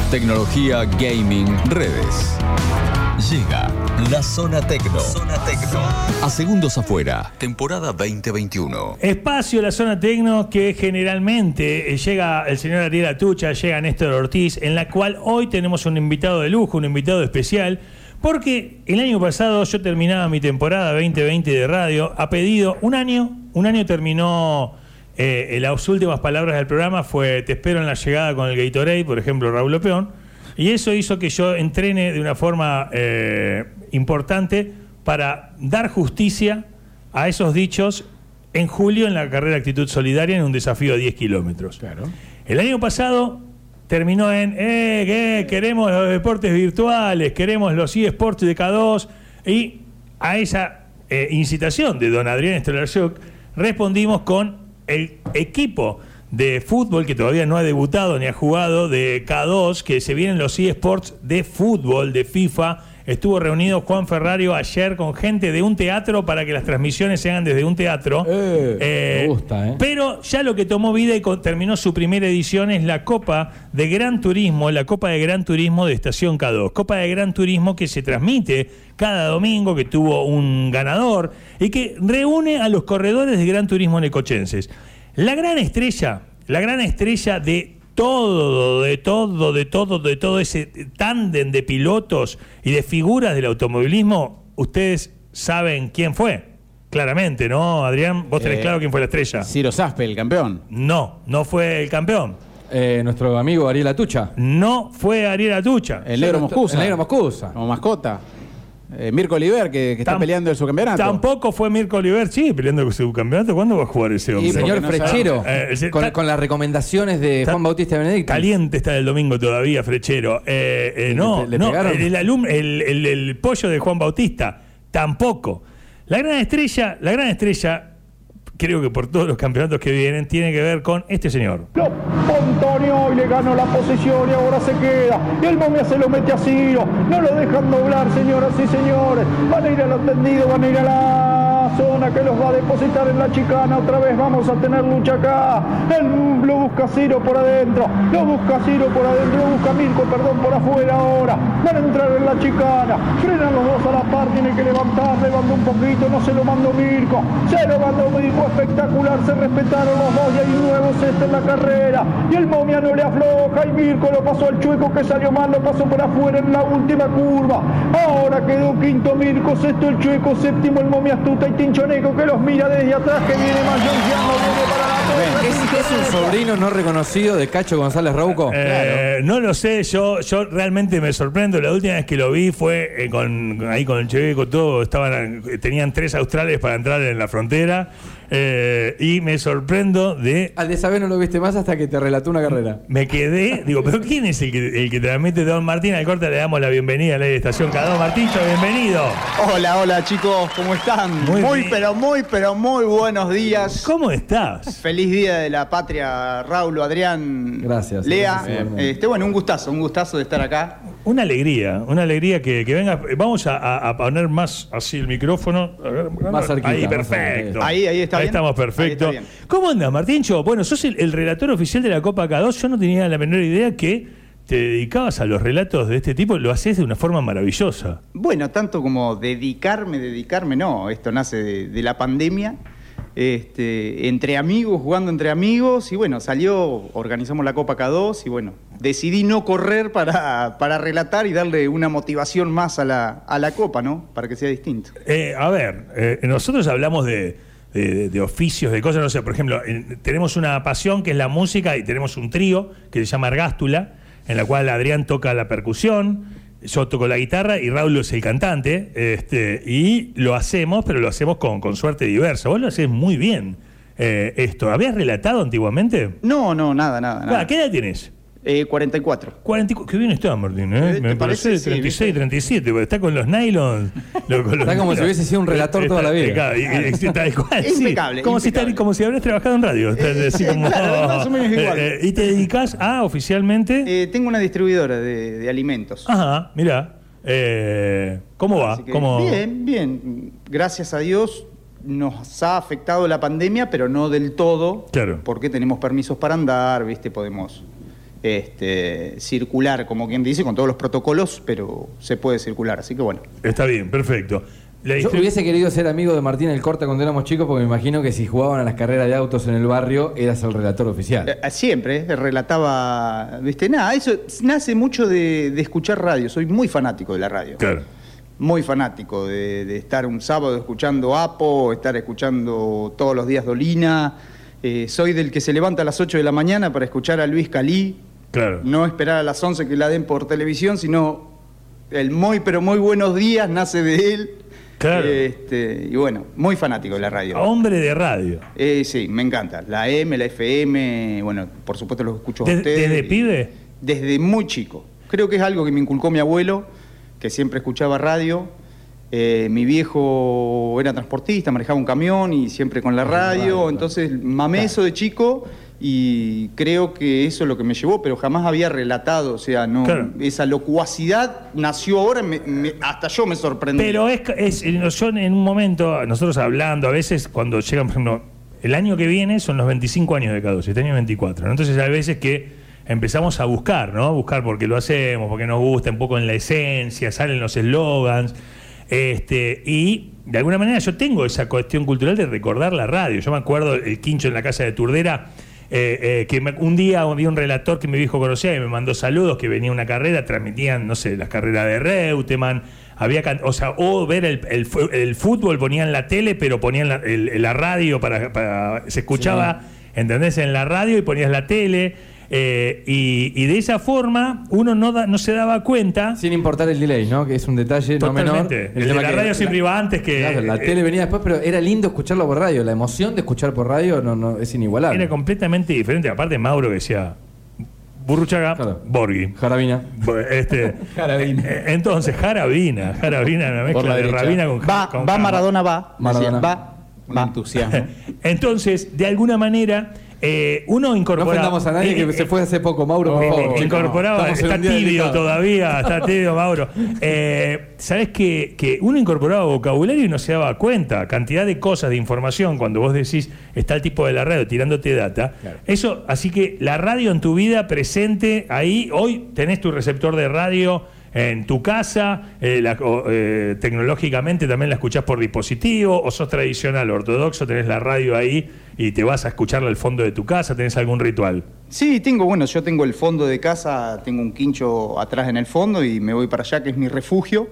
Tecnología, gaming, redes. Llega la Zona Tecno. A segundos afuera, temporada 2021. Espacio La Zona Tecno, que generalmente llega el señor Ariel Atucha, llega Néstor Ortiz, en la cual hoy tenemos un invitado de lujo, un invitado especial, porque el año pasado yo terminaba mi temporada 2020 de radio, ha pedido un año terminó, las últimas palabras del programa fue "te espero en la llegada con el Gatorade", por ejemplo, Raúl Lopeón. Y eso hizo que yo entrene de una forma importante para dar justicia a esos dichos en julio en la carrera Actitud Solidaria en un desafío de 10 kilómetros. Claro. El año pasado terminó en queremos los deportes virtuales, queremos los eSports de K2, y a esa incitación de don Adrián Stolarchuk respondimos con el equipo de fútbol que todavía no ha debutado ni ha jugado de K2, que se vienen los eSports de fútbol de FIFA. Estuvo reunido Juan Ferrario ayer con gente de un teatro para que las transmisiones se hagan desde un teatro. Me gusta, Pero ya lo que tomó vida y terminó su primera edición es la Copa de Gran Turismo, la Copa de Gran Turismo de Estación K2. Copa de Gran Turismo que se transmite cada domingo, que tuvo un ganador y que reúne a los corredores de Gran Turismo necochenses. La gran estrella de todo ese tándem de pilotos y de figuras del automovilismo, ustedes saben quién fue. Claramente, ¿no, Adrián? ¿Vos tenés claro quién fue la estrella? Ciro Saspe, el campeón. No fue el campeón. Nuestro amigo Ariel Atucha. No fue Ariel Atucha. El negro Moscusa. El negro Moscusa. Como mascota. Mirko Oliver, que está peleando el subcampeonato. Tampoco fue Mirko Oliver, sí, peleando con su campeonato. ¿Cuándo va a jugar ese hombre? Y señor no Frechero, con las recomendaciones de Juan Bautista Benedicto. Caliente está el domingo todavía, Frechero. ¿Le pegaron? El pollo de Juan Bautista, tampoco. La gran estrella, creo que por todos los campeonatos que vienen, tiene que ver con este señor. Lo pontoneó y le ganó la posición y ahora se queda. Y el momia se lo mete a Ciro. No lo dejan doblar, señoras y señores. Van a ir a los tendidos, van a ir a la zona que los va a depositar en la chicana. Otra vez vamos a tener lucha acá. Lo busca Ciro por adentro. Lo busca Mirko, por afuera ahora. Van a entrar en la chicana. Frenan los dos a la par, tiene que levantar. Levantó un poquito, no se lo mandó Mirko. Se lo mandó Mirko. Espectacular, se respetaron los dos y hay un nuevo set en la carrera y el momia no le afloja y Mirko lo pasó al chueco que salió mal, lo pasó por afuera en la última curva. Ahora quedó quinto Mirko, sexto el chueco, séptimo el momia astuta y Tinchoneco que los mira desde atrás, que viene Mayongiano, viene para la torre. ¿Es un sobrino no reconocido de Cacho González Rauco? Claro. No lo sé, yo realmente me sorprendo. La última vez que lo vi fue con el Cheveco, todo, tenían 3 australes para entrar en la frontera. Y me sorprendo de... Al de saber no lo viste más hasta que te relató una carrera. Me quedé, digo, ¿pero quién es el que transmite Don Martín? Al corte le damos la bienvenida a la Estación K2. Martíncho, bienvenido. Hola chicos, ¿cómo están? Muy buenos días. ¿Cómo estás? Feliz Día de la Patria, Raúl, Adrián. Gracias. Lea. Bueno, un gustazo de estar acá. Una alegría que venga. Vamos a poner más así el micrófono. Más cerquita. Ahí, perfecto. Ahí está Ahí bien. estamos perfectos. ¿Cómo andas, Martíncho? Bueno, sos el relator oficial de la Copa K2. Yo no tenía la menor idea que te dedicabas a los relatos de este tipo. Lo haces de una forma maravillosa. Bueno, tanto como dedicarme, no. Esto nace de la pandemia. Jugando entre amigos, y bueno, organizamos la Copa K2 y bueno, decidí no correr para relatar y darle una motivación más a la Copa, ¿no? Para que sea distinto. Nosotros hablamos de oficios, de cosas, no sé, por ejemplo, tenemos una pasión que es la música y tenemos un trío que se llama Argástula, en la cual Adrián toca la percusión, yo toco la guitarra y Raúl es el cantante, y lo hacemos, pero lo hacemos con suerte diversa. Vos lo hacés muy bien esto. ¿Habías relatado antiguamente? No, nada. ¿Qué edad tienes? 44. Qué bien está, Martín, ¿eh? Me parece 36, 37, porque está con los nylons. Está como si hubiese sido un relator toda la vida. Tal cual, impecable. Como si habrías trabajado en radio. Así como, claro, más o menos igual. ¿Y te dedicas a, oficialmente? Tengo una distribuidora de alimentos. Ajá, mirá. ¿Cómo va? Bien. Gracias a Dios nos ha afectado la pandemia, pero no del todo. Claro. Porque tenemos permisos para andar, ¿viste? Podemos circular, como quien dice, con todos los protocolos, pero se puede circular, así que bueno. Está bien, perfecto. Yo hubiese querido ser amigo de Martín El Corta cuando éramos chicos, porque me imagino que si jugaban a las carreras de autos en el barrio, eras el relator oficial. Siempre relataba, ¿viste? Nada, eso nace mucho de escuchar radio. Soy muy fanático de la radio. Claro. Muy fanático de estar un sábado escuchando Apo, estar escuchando todos los días Dolina. Soy del que se levanta a las 8 de la mañana para escuchar a Luis Calí. Claro. No esperar a las 11 que la den por televisión, sino el muy, pero muy buenos días nace de él. Claro. Y bueno, muy fanático de la radio. Hombre de radio. Sí, me encanta. La M, la FM, bueno, por supuesto los escucho a ustedes. ¿Desde pibe? Desde muy chico. Creo que es algo que me inculcó mi abuelo, que siempre escuchaba radio. Mi viejo era transportista, manejaba un camión y siempre con la radio. Entonces mamé eso de chico y creo que eso es lo que me llevó, pero jamás había relatado, o sea, no, claro. Esa locuacidad nació ahora, hasta yo me sorprendí. Pero yo en un momento, nosotros hablando, a veces cuando llegan, por ejemplo, el año que viene son los 25 años de K12, este año 24, ¿no? Entonces hay veces que empezamos a buscar, ¿no? Buscar porque lo hacemos, porque nos gusta un poco en la esencia, salen los eslogans, y de alguna manera yo tengo esa cuestión cultural de recordar la radio. Yo me acuerdo el quincho en la casa de Turdera, un día había un relator que mi viejo conocía y me mandó saludos, que venía una carrera, transmitían, no sé, las carreras de Reutemann, o ver el fútbol, ponían la tele, pero ponían la radio se escuchaba, sí. ¿Entendés? En la radio y ponías la tele. Y de esa forma uno no se daba cuenta. Sin importar el delay, ¿no? Que es un detalle totalmente. No menor. El de la radio siempre iba antes que... Claro, la tele venía después, pero era lindo escucharlo por radio. La emoción de escuchar por radio no es inigualable. Era completamente diferente. Aparte Mauro decía Burruchaga, claro. Borghi. Jarabina. Jarabina. Entonces, Jarabina, una mezcla de Rabina con Maradona va. Maradona. Va. Entusiasmo. Entonces, de alguna manera... uno incorporaba. No ofendamos a nadie que se fue hace poco, Mauro, por favor. Incorporaba, está tibio todavía, está tibio, Mauro. ¿Sabés que uno incorporaba vocabulario y no se daba cuenta? Cantidad de cosas, de información, cuando vos decís, está el tipo de la radio tirándote data. Claro. Eso, así que la radio en tu vida presente, ahí, hoy tenés tu receptor de radio en tu casa, tecnológicamente también la escuchás por dispositivo, o sos tradicional, ortodoxo, tenés la radio ahí y te vas a escucharla al fondo de tu casa, ¿tenés algún ritual? Sí, yo tengo el fondo de casa, tengo un quincho atrás en el fondo y me voy para allá, que es mi refugio.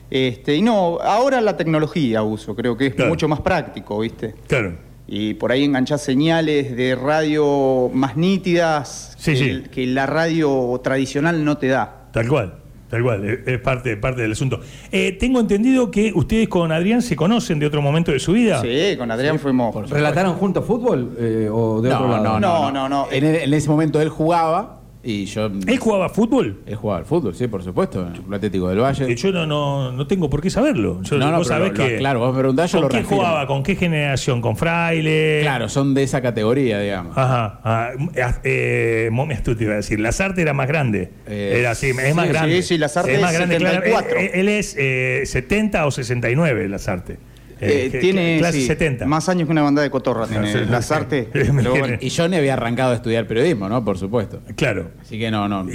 Y no, ahora la tecnología uso, creo que es mucho más práctico, ¿viste? Claro. Y por ahí enganchás señales de radio más nítidas que la radio tradicional no te da. Tal cual, es parte del asunto. Tengo entendido que ustedes con Adrián se conocen de otro momento de su vida. Sí, con Adrián fuimos... ¿Relataron juntos fútbol o de otro lado? No. En ese momento él jugaba y yo... ¿Él jugaba fútbol? Él jugaba al fútbol, sí, por supuesto, en el Atlético del Valle. Yo no tengo por qué saberlo. Vos sabés que... Claro, vos me preguntás, yo lo refiero. ¿Con qué jugaba? ¿Con qué generación? ¿Con Fraile? Claro, son de esa categoría, digamos. Ajá. Momias tú te iba a decir. Lazarte era más grande. Era así, es más grande. Sí, Lazarte es más grande, 74. Claro. Él es 70 o 69, Lazarte. Tiene clase 70. Más años que una banda de cotorra tiene Lazarte. Bueno. Y Johnny había arrancado a estudiar periodismo, ¿no? Por supuesto. Claro. Así que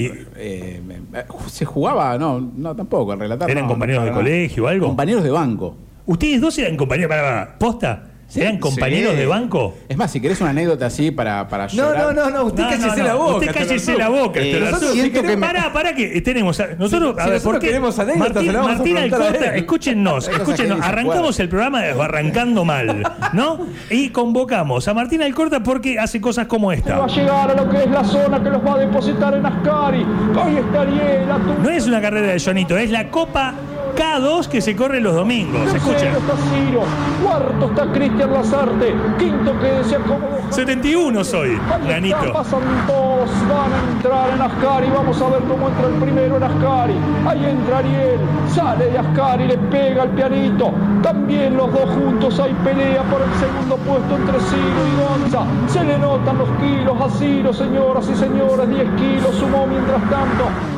se jugaba, no tampoco, al relatar. ¿Eran compañeros de colegio o algo? Compañeros de banco. ¿Ustedes dos eran compañeros? ¿Posta? ¿Eran compañeros de banco? Es más, si querés una anécdota así para llorar. No, usted cállese la boca. Usted cállese la boca. Pará que tenemos... Nosotros, a ver, ¿por qué queremos anécdotas? Martín Alcorta, escúchennos, arrancamos el programa arrancando mal, ¿no? Y convocamos a Martín Alcorta porque hace cosas como esta. Va a llegar a lo que es la zona que los va a depositar en Ascari. Ahí está Ariel. No es una carrera de Jonito, es la Copa K2 que se corre los domingos. Escuchen. Está Ciro, cuarto está Cristian Lazarte, quinto que se acomodó. 71 soy, Ganito. Pasan todos, van a entrar en Ascari. Vamos a ver cómo entra el primero en Ascari. Ahí entra Ariel, sale de Ascari, le pega al pianito. También los dos juntos, hay pelea por el segundo puesto entre Ciro y Gonza. Se le notan los kilos a Ciro, señoras y señores, 10 kilos sumó mientras tanto.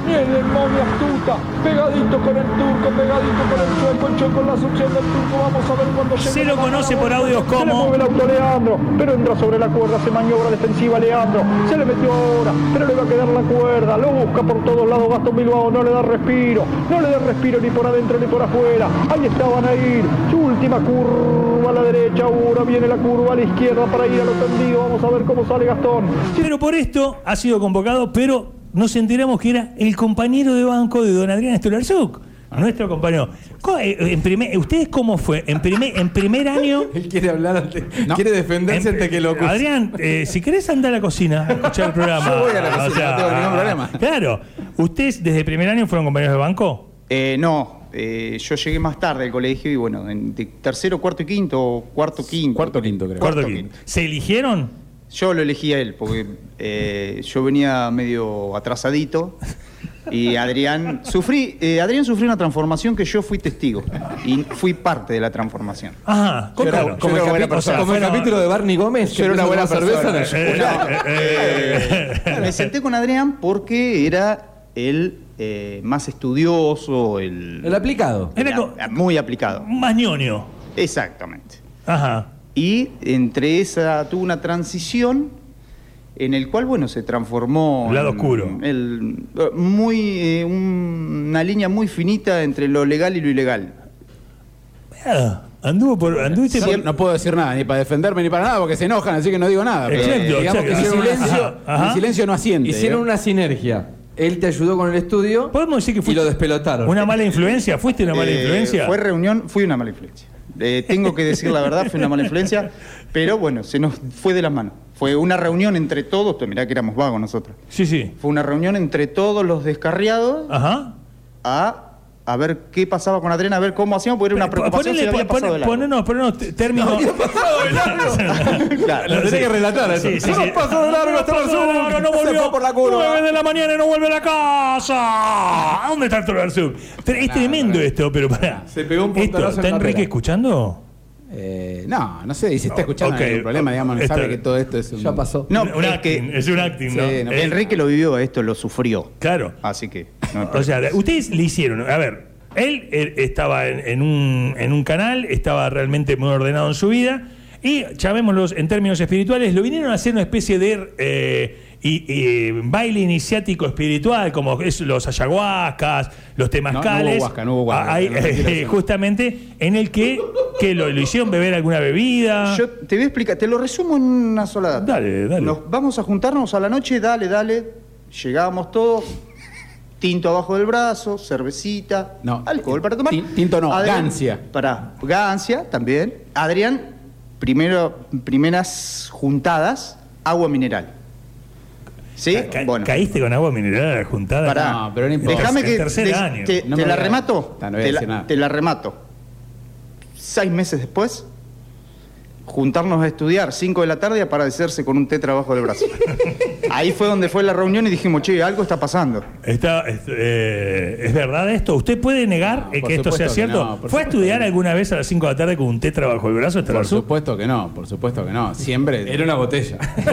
Viene el momia astuta, pegadito con el turco, pegadito con el Chueco en la succión del turco. Vamos a ver cuando llegue. Se lo conoce por audios Se le como... mueve el auto a Leandro, pero entra sobre la cuerda, se maniobra defensiva Leandro. Se le metió ahora, pero le va a quedar la cuerda. Lo busca por todos lados Gastón Bilbao, no le da respiro. No le da respiro ni por adentro ni por afuera. Ahí estaban a ir. Su última curva a la derecha, ahora viene la curva a la izquierda para ir a lo tendido. Vamos a ver cómo sale Gastón. Pero por esto ha sido convocado, pero nos enteramos que era el compañero de banco de don Adrián Stolarzuk, nuestro compañero. ¿Ustedes cómo fue? En primer año... Él quiere hablar antes, quiere defenderse antes que lo acusen. Adrián, si querés andar a la cocina a escuchar el programa. Yo voy a la cocina, no tengo ningún problema. Claro. ¿Ustedes desde el primer año fueron compañeros de banco? No, yo llegué más tarde al colegio y bueno, en tercero, cuarto y quinto, cuarto, quinto. Cuarto, quinto, creo. Cuarto, quinto. ¿Se eligieron? Yo lo elegí a él porque yo venía medio atrasadito y Adrián sufrió una transformación que yo fui testigo y fui parte de la transformación. Ajá, claro. Como el capítulo de Barney Gómez. Yo era una buena persona. Me senté con Adrián porque era el más estudioso, el aplicado. Era muy aplicado. Más ñoño. Exactamente. Ajá. Y entre esa tuvo una transición en el cual, bueno, se transformó... El lado oscuro. Una línea muy finita entre lo legal y lo ilegal. Anduviste por... No puedo decir nada, ni para defenderme ni para nada, porque se enojan, así que no digo nada. Exacto, digamos que mi silencio no asciende. Hicieron una sinergia. Él te ayudó con el estudio. Podemos decir que fuiste y lo despelotaron. ¿Una mala influencia? ¿Fuiste una mala influencia? Fui una mala influencia. Tengo que decir la verdad, fue una mala influencia, pero bueno, se nos fue de las manos. Fue una reunión entre todos, mirá que éramos vagos nosotros. Sí, sí. Fue una reunión entre todos los descarriados. Ajá. A ver qué pasaba con Adrián, a ver cómo hacíamos, porque era una preocupación si había pasado de largo. Ponenos términos. ¿Había pasado de largo? Claro. Lo tenés que relatar eso. Sí. No pasó de largo, no volvió. Se fue por la curva. 9 de la mañana y no vuelve a la casa. ¿A dónde está el Stolarzuk? Es tremendo esto, pero pará. Se pegó un puntazo. ¿Está Enrique escuchando? No sé, y si está escuchando no hay ningún problema, digamos, no sabe que todo esto es un... Ya pasó. No, es un acting, ¿no? Sí, no. Enrique lo vivió, esto lo sufrió. Claro. Así que... O sea, ustedes le hicieron, a ver, él estaba en un canal, estaba realmente muy ordenado en su vida, y llamémoslo en términos espirituales, lo vinieron a hacer una especie de baile iniciático espiritual, como es los ayahuascas, los temazcales. No hubo huasca. Justamente en el que lo hicieron beber alguna bebida. Yo te voy a explicar, te lo resumo en una sola data. Dale. Nos vamos a juntarnos a la noche, dale. Llegábamos todos, tinto abajo del brazo, cervecita, alcohol para tomar. Tinto no, Adrián, gancia. Gancia también. Adrián, primeras juntadas, agua mineral. ¿Sí? Bueno. ¿Caíste con agua mineral juntada? No, pero no importa. Déjame que tercer año. te la remato. No voy a decir nada. Te la remato. 6 meses después, juntarnos a estudiar 5 de la tarde y aparecerse con un tetra abajo del brazo. Ahí fue donde fue la reunión y dijimos, che, algo está pasando. ¿Es verdad esto? ¿Usted puede negar que esto sea cierto? ¿Fue a estudiar alguna vez a las 5 de la tarde con un tetra bajo el brazo? Por supuesto que no. Siempre. Era una botella.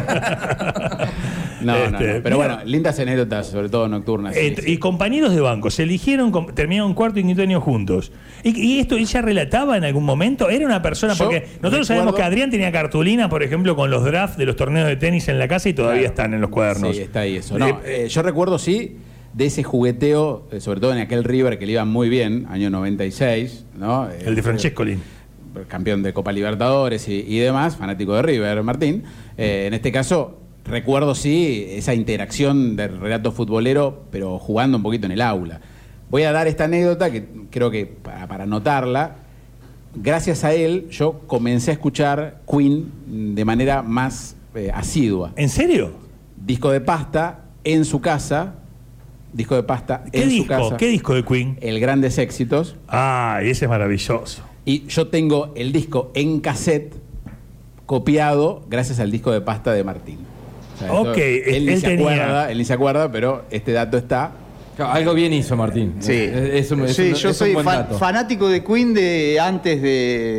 No. Pero bueno, lindas anécdotas, sobre todo nocturnas. Y compañeros de banco, se eligieron, terminaron cuarto y quinto año juntos. ¿Y esto ella relataba en algún momento? ¿Era una persona? Porque nosotros sabemos que Adrián tenía cartulina, por ejemplo, con los drafts de los torneos de tenis en la casa y todavía están en los cuadernos. Sí, está ahí eso. Yo recuerdo, sí, de ese jugueteo, sobre todo en aquel River que le iba muy bien, año 96, ¿no? El de Francescoli. Campeón de Copa Libertadores y demás, fanático de River, Martín. En este caso, recuerdo, sí, esa interacción del relato futbolero, pero jugando un poquito en el aula. Voy a dar esta anécdota que creo que para anotarla. Gracias a él, yo comencé a escuchar Queen de manera más asidua. ¿En serio? Disco de pasta en su casa. Disco de pasta en su casa. ¿Qué disco de Queen? El Grandes Éxitos. Ah, y ese es maravilloso. Y yo tengo el disco en cassette copiado gracias al disco de pasta de Martín. O sea, ok, él ni se acuerda, pero este dato está. Algo bien hizo Martín. Sí, yo soy fanático de Queen de antes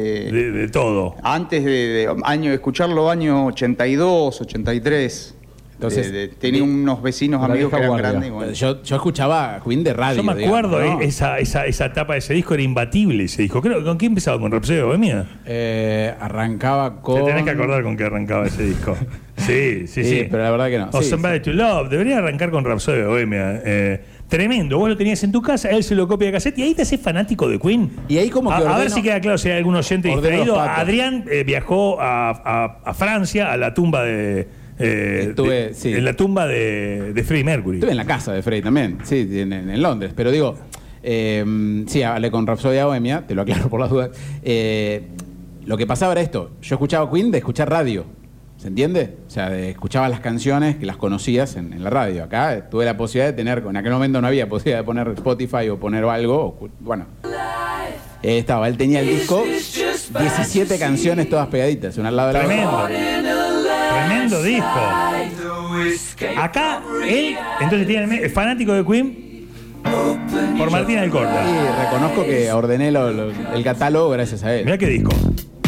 de todo. Antes de escucharlo, año 82, 83. Entonces, tenía unos vecinos la amigos que vieja eran guardia. grandes. y bueno. yo escuchaba Queen de radio. Yo me acuerdo, digamos, ¿no? esa etapa de ese disco era imbatible, ese disco. Creo, ¿con qué empezaba? ¿Con Rhapsody Bohemia? Arrancaba con... Te tenés que acordar con qué arrancaba ese disco. Sí. pero la verdad que no. O Sí, Somebody to Love. Debería arrancar con Rhapsody Bohemia. Tremendo. Vos lo tenías en tu casa, él se lo copia de cassette y ahí te haces fanático de Queen. Y ahí como que a ver ordeno- si queda claro si hay algún oyente ordeno los distraído. patos. Adrián viajó a Francia, a la tumba de... Estuve, sí. En la tumba de Freddie Mercury. Estuve en la casa de Frey también, sí, en Londres. Pero digo, sí, hablé con Rhapsody Bohemia, te lo aclaro por las dudas. Lo que pasaba era esto, yo escuchaba Queen de escuchar radio, ¿se entiende? O sea, escuchaba las canciones que las conocías en la radio. Acá tuve la posibilidad de tener, en aquel momento no había posibilidad de poner Spotify o poner algo, bueno. Estaba, él tenía el disco, 17 canciones todas pegaditas, una al lado de la otra. Tremendo disco. Acá él, entonces tiene es fanático de Queen por Martín Alcorta. Y reconozco que ordené el catálogo gracias a él. Mirá qué disco.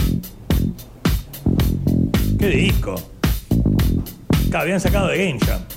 Qué disco. Claro, habían sacado de Game Jam.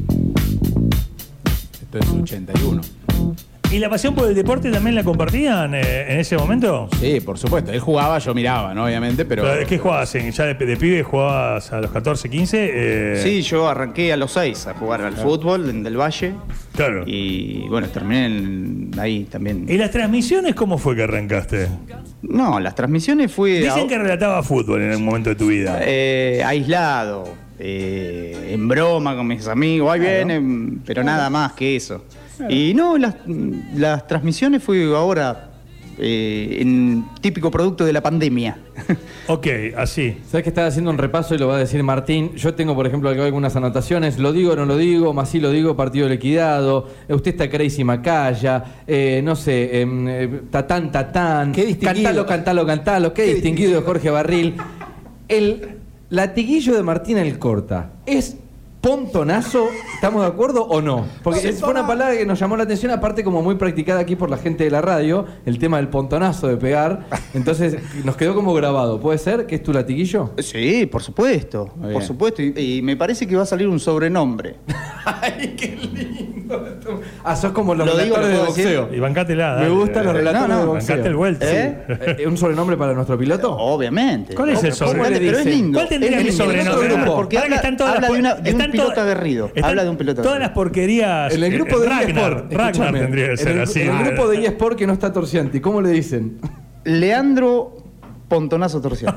Esto es 81. ¿Y la pasión por el deporte también la compartían en ese momento? Sí, por supuesto. Él jugaba, yo miraba, ¿no? Obviamente, pero... ¿Qué jugabas? ¿Ya de pibe jugabas a los 14, 15? Sí, yo arranqué a los 6 a jugar al fútbol en Del Valle. Claro. Y bueno, terminé ahí también. ¿Y las transmisiones cómo fue que arrancaste? No, las transmisiones fue Dicen que relataba fútbol en algún momento de tu vida. aislado, en broma con mis amigos, ahí vienen, pero nada más que eso. Y no, las transmisiones fue ahora en típico producto de la pandemia. Ok, así. Sabes que estaba haciendo un repaso y lo va a decir Martín. Yo tengo, por ejemplo, acá algunas anotaciones. Lo digo o no lo digo, más sí lo digo, partido liquidado. Usted está crazy Macaya. No sé, tatán. Qué distinguido. Cantalo. Qué distinguido de Jorge Barril. El latiguillo de Martín Alcorta es pontonazo, ¿estamos de acuerdo o no? Porque fue una palabra que nos llamó la atención, aparte como muy practicada aquí por la gente de la radio, el tema del pontonazo, de pegar. Entonces nos quedó como grabado. ¿Puede ser que es tu latiguillo? Sí, por supuesto, Muy por bien. supuesto. Y me parece que va a salir un sobrenombre. ¡Ay, qué lindo! Sos como los Lo digo, relatores de ¿lo puedo decir? boxeo. Y bancátela. Me dale. gustan los relatores no, de boxeo. Bancate el vuelto. ¿Un sobrenombre para nuestro piloto? Obviamente. ¿Cuál es el sobrenombre? Pero es lindo. ¿Cuál tendría Es que lindo. sobrenombre? En otro grupo, porque Ahora que están todas habla las de un piloto aguerrido. Habla de un piloto Todas las aguerrido. porquerías. En el grupo de Ragnar eSport. escúchame, tendría que ser en el, así. En el grupo de eSport que no está Torcianti, ¿cómo le dicen? Leandro Pontonazo Torciano.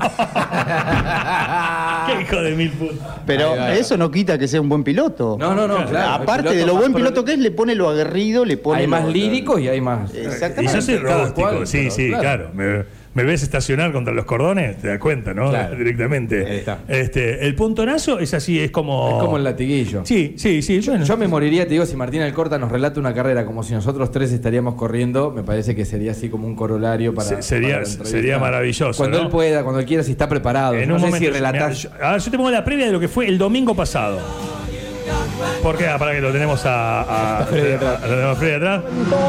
Qué hijo de mil putas. Pero Ahí va. eso no quita que sea un buen piloto. No, claro. Aparte de lo buen piloto que es, le pone lo aguerrido, le pone. Hay más lo- líricos y hay más. Y Exactamente. yo soy Cada rústico, cual, sí, pero sí, claro. Me ves estacionar contra los cordones, te das cuenta, ¿no? Claro. Directamente. Ahí está. El puntonazo es así, es como. Es como el latiguillo. Sí. Yo me moriría, te digo, si Martín Alcorta nos relata una carrera como si nosotros tres estaríamos corriendo, me parece que sería así como un corolario para. Sería- para la entrevista. sería maravilloso, Cuando ¿no? él pueda, cuando él quiera, si está preparado. En no un sé momento. si relatás. Ahora yo te pongo la previa de lo que fue el domingo pasado. Porque para que lo tenemos a Freddy atrás.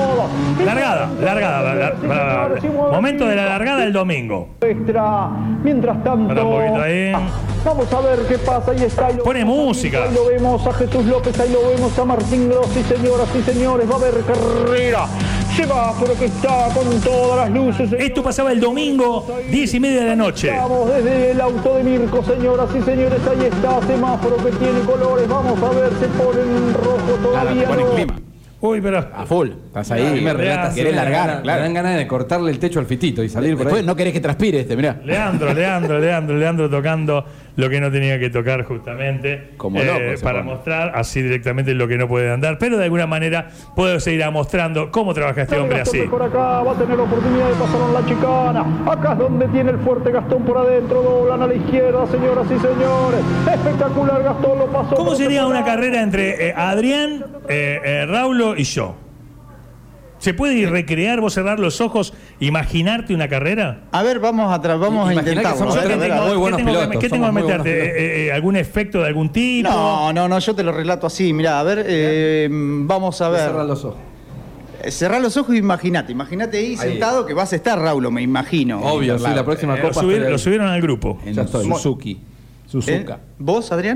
Largada. Momento de la largada el domingo. Extra. Mientras tanto, Para un poquito ahí. vamos a ver qué pasa. Ahí está. Ahí lo Pone vemos, música. Ahí lo vemos a Jesús López, ahí lo vemos a Martín Grossi, señoras y señores. Va a haber carrera. Se va, pero que está con todas las luces. Esto pasaba el domingo, 10:30 de la noche. Vamos desde el auto de Mirko, señoras y señores. Ahí está, semáforo que tiene colores. Vamos a ver, se pone en rojo todavía. Pone no. clima. Uy, pero. A full. Estás ahí. me relatas, Querés largar, Me claro. dan ganas de cortarle el techo al fitito y salir por Después ahí. no querés que transpire mirá. Leandro tocando lo que no tenía que tocar justamente. Como loco se para pone. mostrar así directamente lo que no puede andar. Pero de alguna manera puedo seguir mostrando cómo trabaja este hombre Gastón así. por acá va a tener oportunidad de pasar en la chicana. Acá es donde tiene el fuerte Gastón por adentro. Doblan a la izquierda, señoras y señores. Espectacular, Gastón lo pasó. ¿Cómo pero sería se fue una la- carrera entre Adrián, Raulo y yo? ¿Se puede ir recrear, vos cerrar los ojos, imaginarte una carrera? A ver, vamos a Imaginá que intentarlo. somos A ver, a ver, a ver. muy buenos ¿Qué tengo pilotos, que somos muy meterte? buenos ¿Algún efecto de algún tipo? No, yo te lo relato así. Mirá, a ver, vamos a ver. Cerrar los ojos. Cerrá los ojos y imagínate ahí sentado que vas a estar, Raulo, me imagino. Obvio, sí, la próxima Lo copa. estoy ahí. subieron al grupo. En Ya estoy. Suzuki. Suzuka. ¿Vos, Adrián?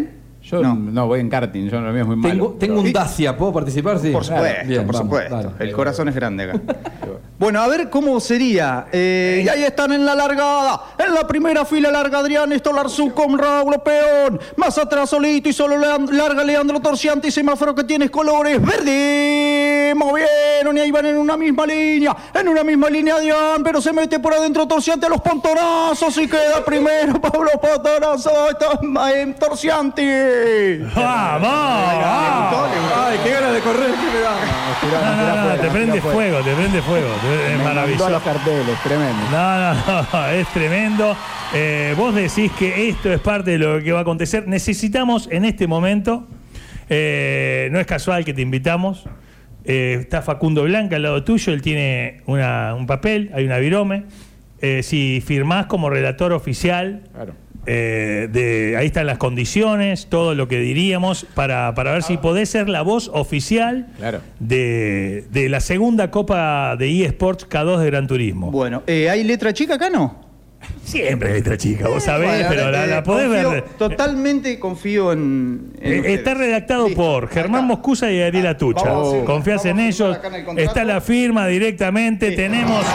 Yo no voy en karting, yo lo mío es muy malo. Tengo un Dacia, ¿puedo participar? Sí. Por supuesto, Bien, por vamos, supuesto. dale. El corazón es grande acá. Bueno, a ver cómo sería. Y ahí están en la largada. En la primera fila larga Adrián Estolarzú con Raúl Peón. Más atrás solito y solo larga Leandro Torciante y semáforo que tiene colores verde. Movieron y ahí van en una misma línea. En una misma línea Adrián, pero se mete por adentro Torciante a los pontonazos y queda primero Pablo Pontonazo. Está en Torciante. ¡Vamos! Ay, qué ganas de correr que me da. No, te prende fuego, es maravilloso. Todos los carteles, tremendo. No, es tremendo. Vos decís que esto es parte de lo que va a acontecer. Necesitamos en este momento, no es casual que te invitamos, está Facundo Blanca al lado tuyo, él tiene un papel, hay una virome. Si firmás como relator oficial, Claro. ahí están las condiciones, todo lo que diríamos, para ver si podés ser la voz oficial Claro. de la segunda Copa de eSports K2 de Gran Turismo. Bueno, ¿hay letra chica acá no? Siempre hay letra chica, vos sabés, Bueno, pero la podés ver. Totalmente confío en Está ustedes. Redactado Listo, por Germán acá. Moscusa y Ariela Tucha. vamos a- Confías en vamos a ellos. firmar acá en el contrato. Está la firma directamente. Sí. Tenemos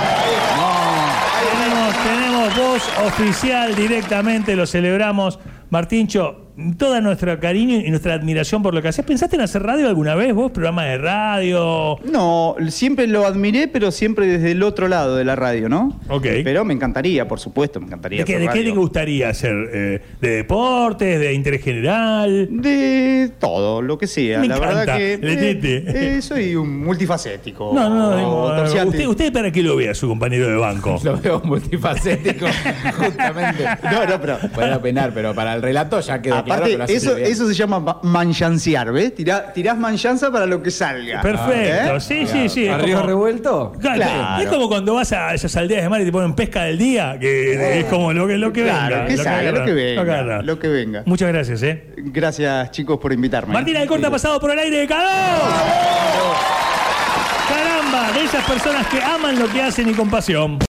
voz oficial directamente. Lo celebramos. Martincho, toda nuestro cariño y nuestra admiración por lo que hacés. ¿Pensaste en hacer radio alguna vez vos? ¿Programa de radio? No, siempre lo admiré, pero siempre desde el otro lado de la radio, ¿no? Ok. Pero me encantaría, por supuesto, me encantaría ¿De qué hacer te radio. gustaría hacer? ¿De deportes? ¿De interés general? De todo, lo que sea. Me la encanta, verdad que Letete. soy un multifacético. No, O torciante. ¿Usted para qué lo ve a su compañero de banco? Lo veo multifacético, justamente. No, pero... Podría opinar, pero para el relato ya quedó claro Aparte, que lo haces bien. eso se llama manchancear, ¿ves? Tirás manchanza para lo que salga. Perfecto, ¿Eh? sí. es ¿Arriba como- revuelto? Claro. Es como cuando vas a esas aldeas de mar y te ponen pesca del día, que es como lo que Claro, venga. que salga, agarra, lo que venga, agarra. lo que venga. Muchas gracias, Gracias, chicos, por invitarme. Martina del Corte ha pasado por el aire de K2. Caramba, de esas personas que aman lo que hacen y con pasión.